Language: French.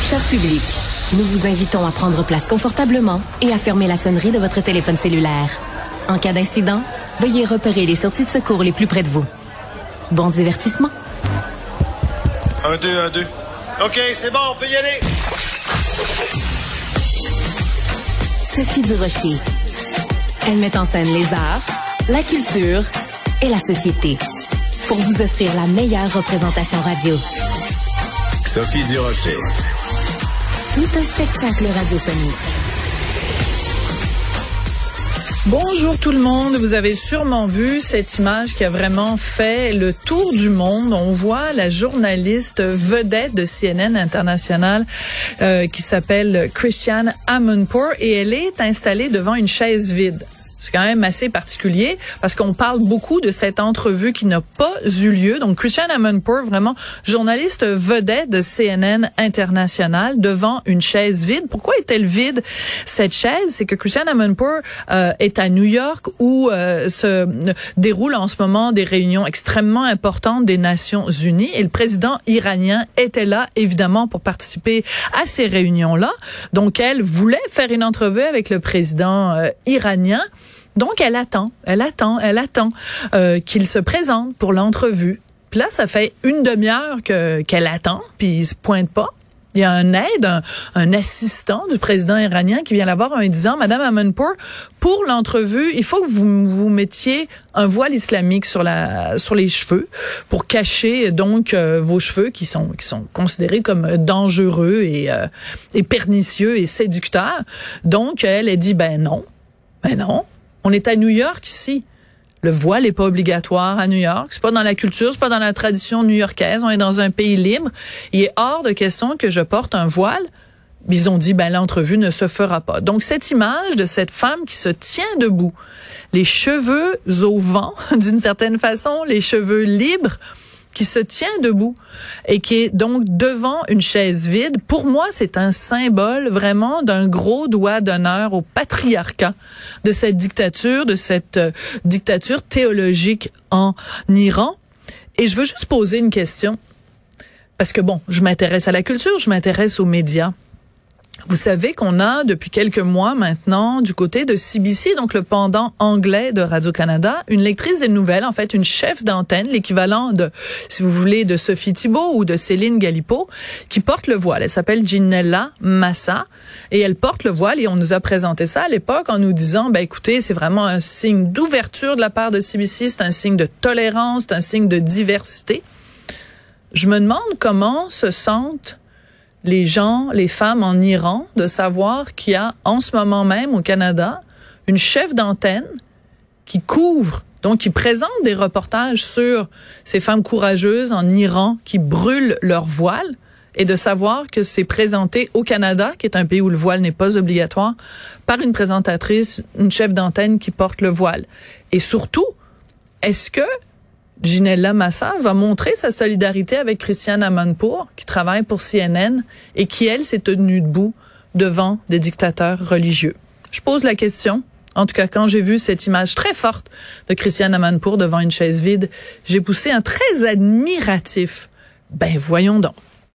Cher public, nous vous invitons à prendre place confortablement et à fermer la sonnerie de votre téléphone cellulaire. En cas d'incident, veuillez repérer les sorties de secours les plus près de vous. Bon divertissement. 1, 2, 1, 2. OK, c'est bon, on peut y aller. Sophie Durocher. Elle met en scène les arts, la culture et la société pour vous offrir la meilleure représentation radio. Sophie Durocher. Tout un spectacle radiophonique. Bonjour tout le monde, vous avez sûrement vu cette image qui a vraiment fait le tour du monde. On voit la journaliste vedette de CNN International qui s'appelle Christiane Amanpour et elle est installée devant une chaise vide. C'est quand même assez particulier parce qu'on parle beaucoup de cette entrevue qui n'a pas eu lieu. Donc, Christiane Amanpour, vraiment journaliste vedette de CNN International devant une chaise vide. Pourquoi est-elle vide, cette chaise? C'est que Christiane Amanpour est à New York où se déroulent en ce moment des réunions extrêmement importantes des Nations Unies. Et le président iranien était là, évidemment, pour participer à ces réunions-là. Donc, elle voulait faire une entrevue avec le président iranien. Donc, elle attend qu'il se présente pour l'entrevue. Puis là, ça fait une demi-heure qu'elle attend, puis il se pointe pas. Il y a un aide, un assistant du président iranien qui vient la voir en lui disant, Madame Amanpour, pour l'entrevue, il faut que vous mettiez un voile islamique sur les cheveux pour cacher donc vos cheveux qui sont considérés comme dangereux et pernicieux et séducteurs. Donc, elle a dit, ben non. On est à New York ici. Le voile n'est pas obligatoire à New York. C'est pas dans la culture, c'est pas dans la tradition new-yorkaise. On est dans un pays libre. Il est hors de question que je porte un voile. Ils ont dit, l'entrevue ne se fera pas. Donc, cette image de cette femme qui se tient debout, les cheveux au vent, d'une certaine façon, les cheveux libres, qui se tient debout et qui est donc devant une chaise vide. Pour moi, c'est un symbole vraiment d'un gros doigt d'honneur au patriarcat de cette dictature théologique en Iran. Et je veux juste poser une question. Parce que je m'intéresse à la culture, je m'intéresse aux médias. Vous savez qu'on a, depuis quelques mois maintenant, du côté de CBC, donc le pendant anglais de Radio-Canada, une lectrice des nouvelles, en fait, une chef d'antenne, l'équivalent de, si vous voulez, de Sophie Thibault ou de Céline Galipeau, qui porte le voile. Elle s'appelle Ginella Massa et elle porte le voile et on nous a présenté ça à l'époque en nous disant, écoutez, c'est vraiment un signe d'ouverture de la part de CBC, c'est un signe de tolérance, c'est un signe de diversité. Je me demande comment se sentent les gens, les femmes en Iran, de savoir qu'il y a en ce moment même au Canada une chef d'antenne qui couvre, donc qui présente des reportages sur ces femmes courageuses en Iran qui brûlent leur voile et de savoir que c'est présenté au Canada, qui est un pays où le voile n'est pas obligatoire, par une présentatrice, une chef d'antenne qui porte le voile. Et surtout, est-ce que Ginella Massa va montrer sa solidarité avec Christiane Amanpour, qui travaille pour CNN et qui, elle, s'est tenue debout devant des dictateurs religieux. Je pose la question. En tout cas, quand j'ai vu cette image très forte de Christiane Amanpour devant une chaise vide, j'ai poussé un très admiratif. Voyons donc.